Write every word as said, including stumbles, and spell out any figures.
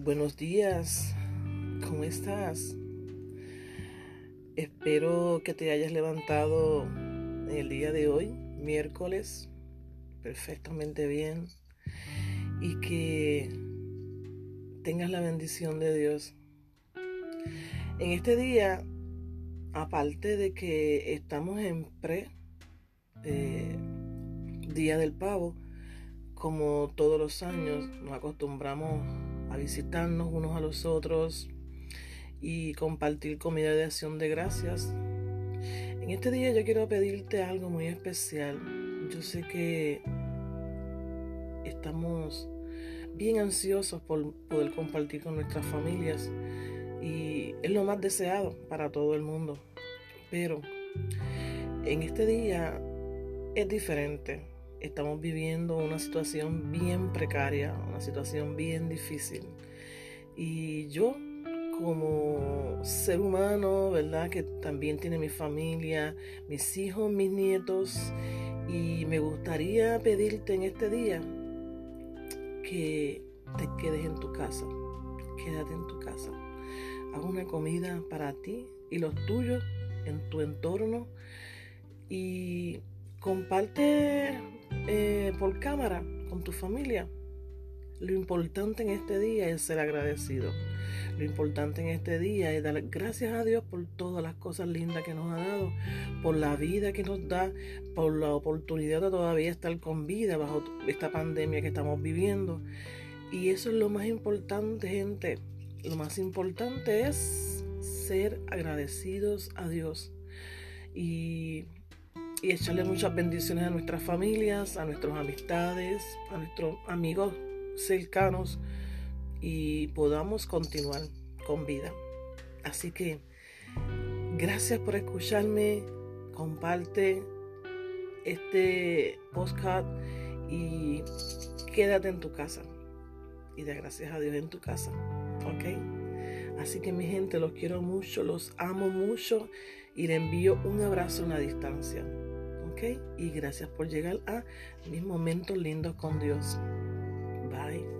Buenos días, ¿cómo estás? Espero que te hayas levantado en el día de hoy, miércoles, perfectamente bien y que tengas la bendición de Dios. En este día, aparte de que estamos en pre eh, Día del Pavo, como todos los años nos acostumbramos a visitarnos unos a los otros y compartir comida de acción de gracias. En este día yo quiero pedirte algo muy especial. Yo sé que estamos bien ansiosos por poder compartir con nuestras familias y es lo más deseado para todo el mundo. Pero en este día es diferente. Estamos viviendo una situación bien precaria, una situación bien difícil. Y yo, como ser humano, ¿verdad? Que también tiene mi familia, mis hijos, mis nietos. Y me gustaría pedirte en este día que te quedes en tu casa. Quédate en tu casa. Haz una comida para ti y los tuyos en tu entorno. Y comparte eh, por cámara con tu familia. Lo importante en este día es ser agradecido. Lo importante en este día es dar gracias a Dios por todas las cosas lindas que nos ha dado, por la vida que nos da, por la oportunidad de todavía estar con vida bajo esta pandemia que estamos viviendo. Y eso es lo más importante, gente. Lo más importante es ser agradecidos a Dios y, y echarle muchas bendiciones a nuestras familias, a nuestras amistades, a nuestros amigos cercanos y podamos continuar con vida. Así que gracias por escucharme, comparte este podcast y quédate en tu casa y da gracias a Dios en tu casa, ¿ok? Así que mi gente, los quiero mucho, los amo mucho y les envío un abrazo a la distancia, ¿ok? Y gracias por llegar a mis momentos lindos con Dios. Bye.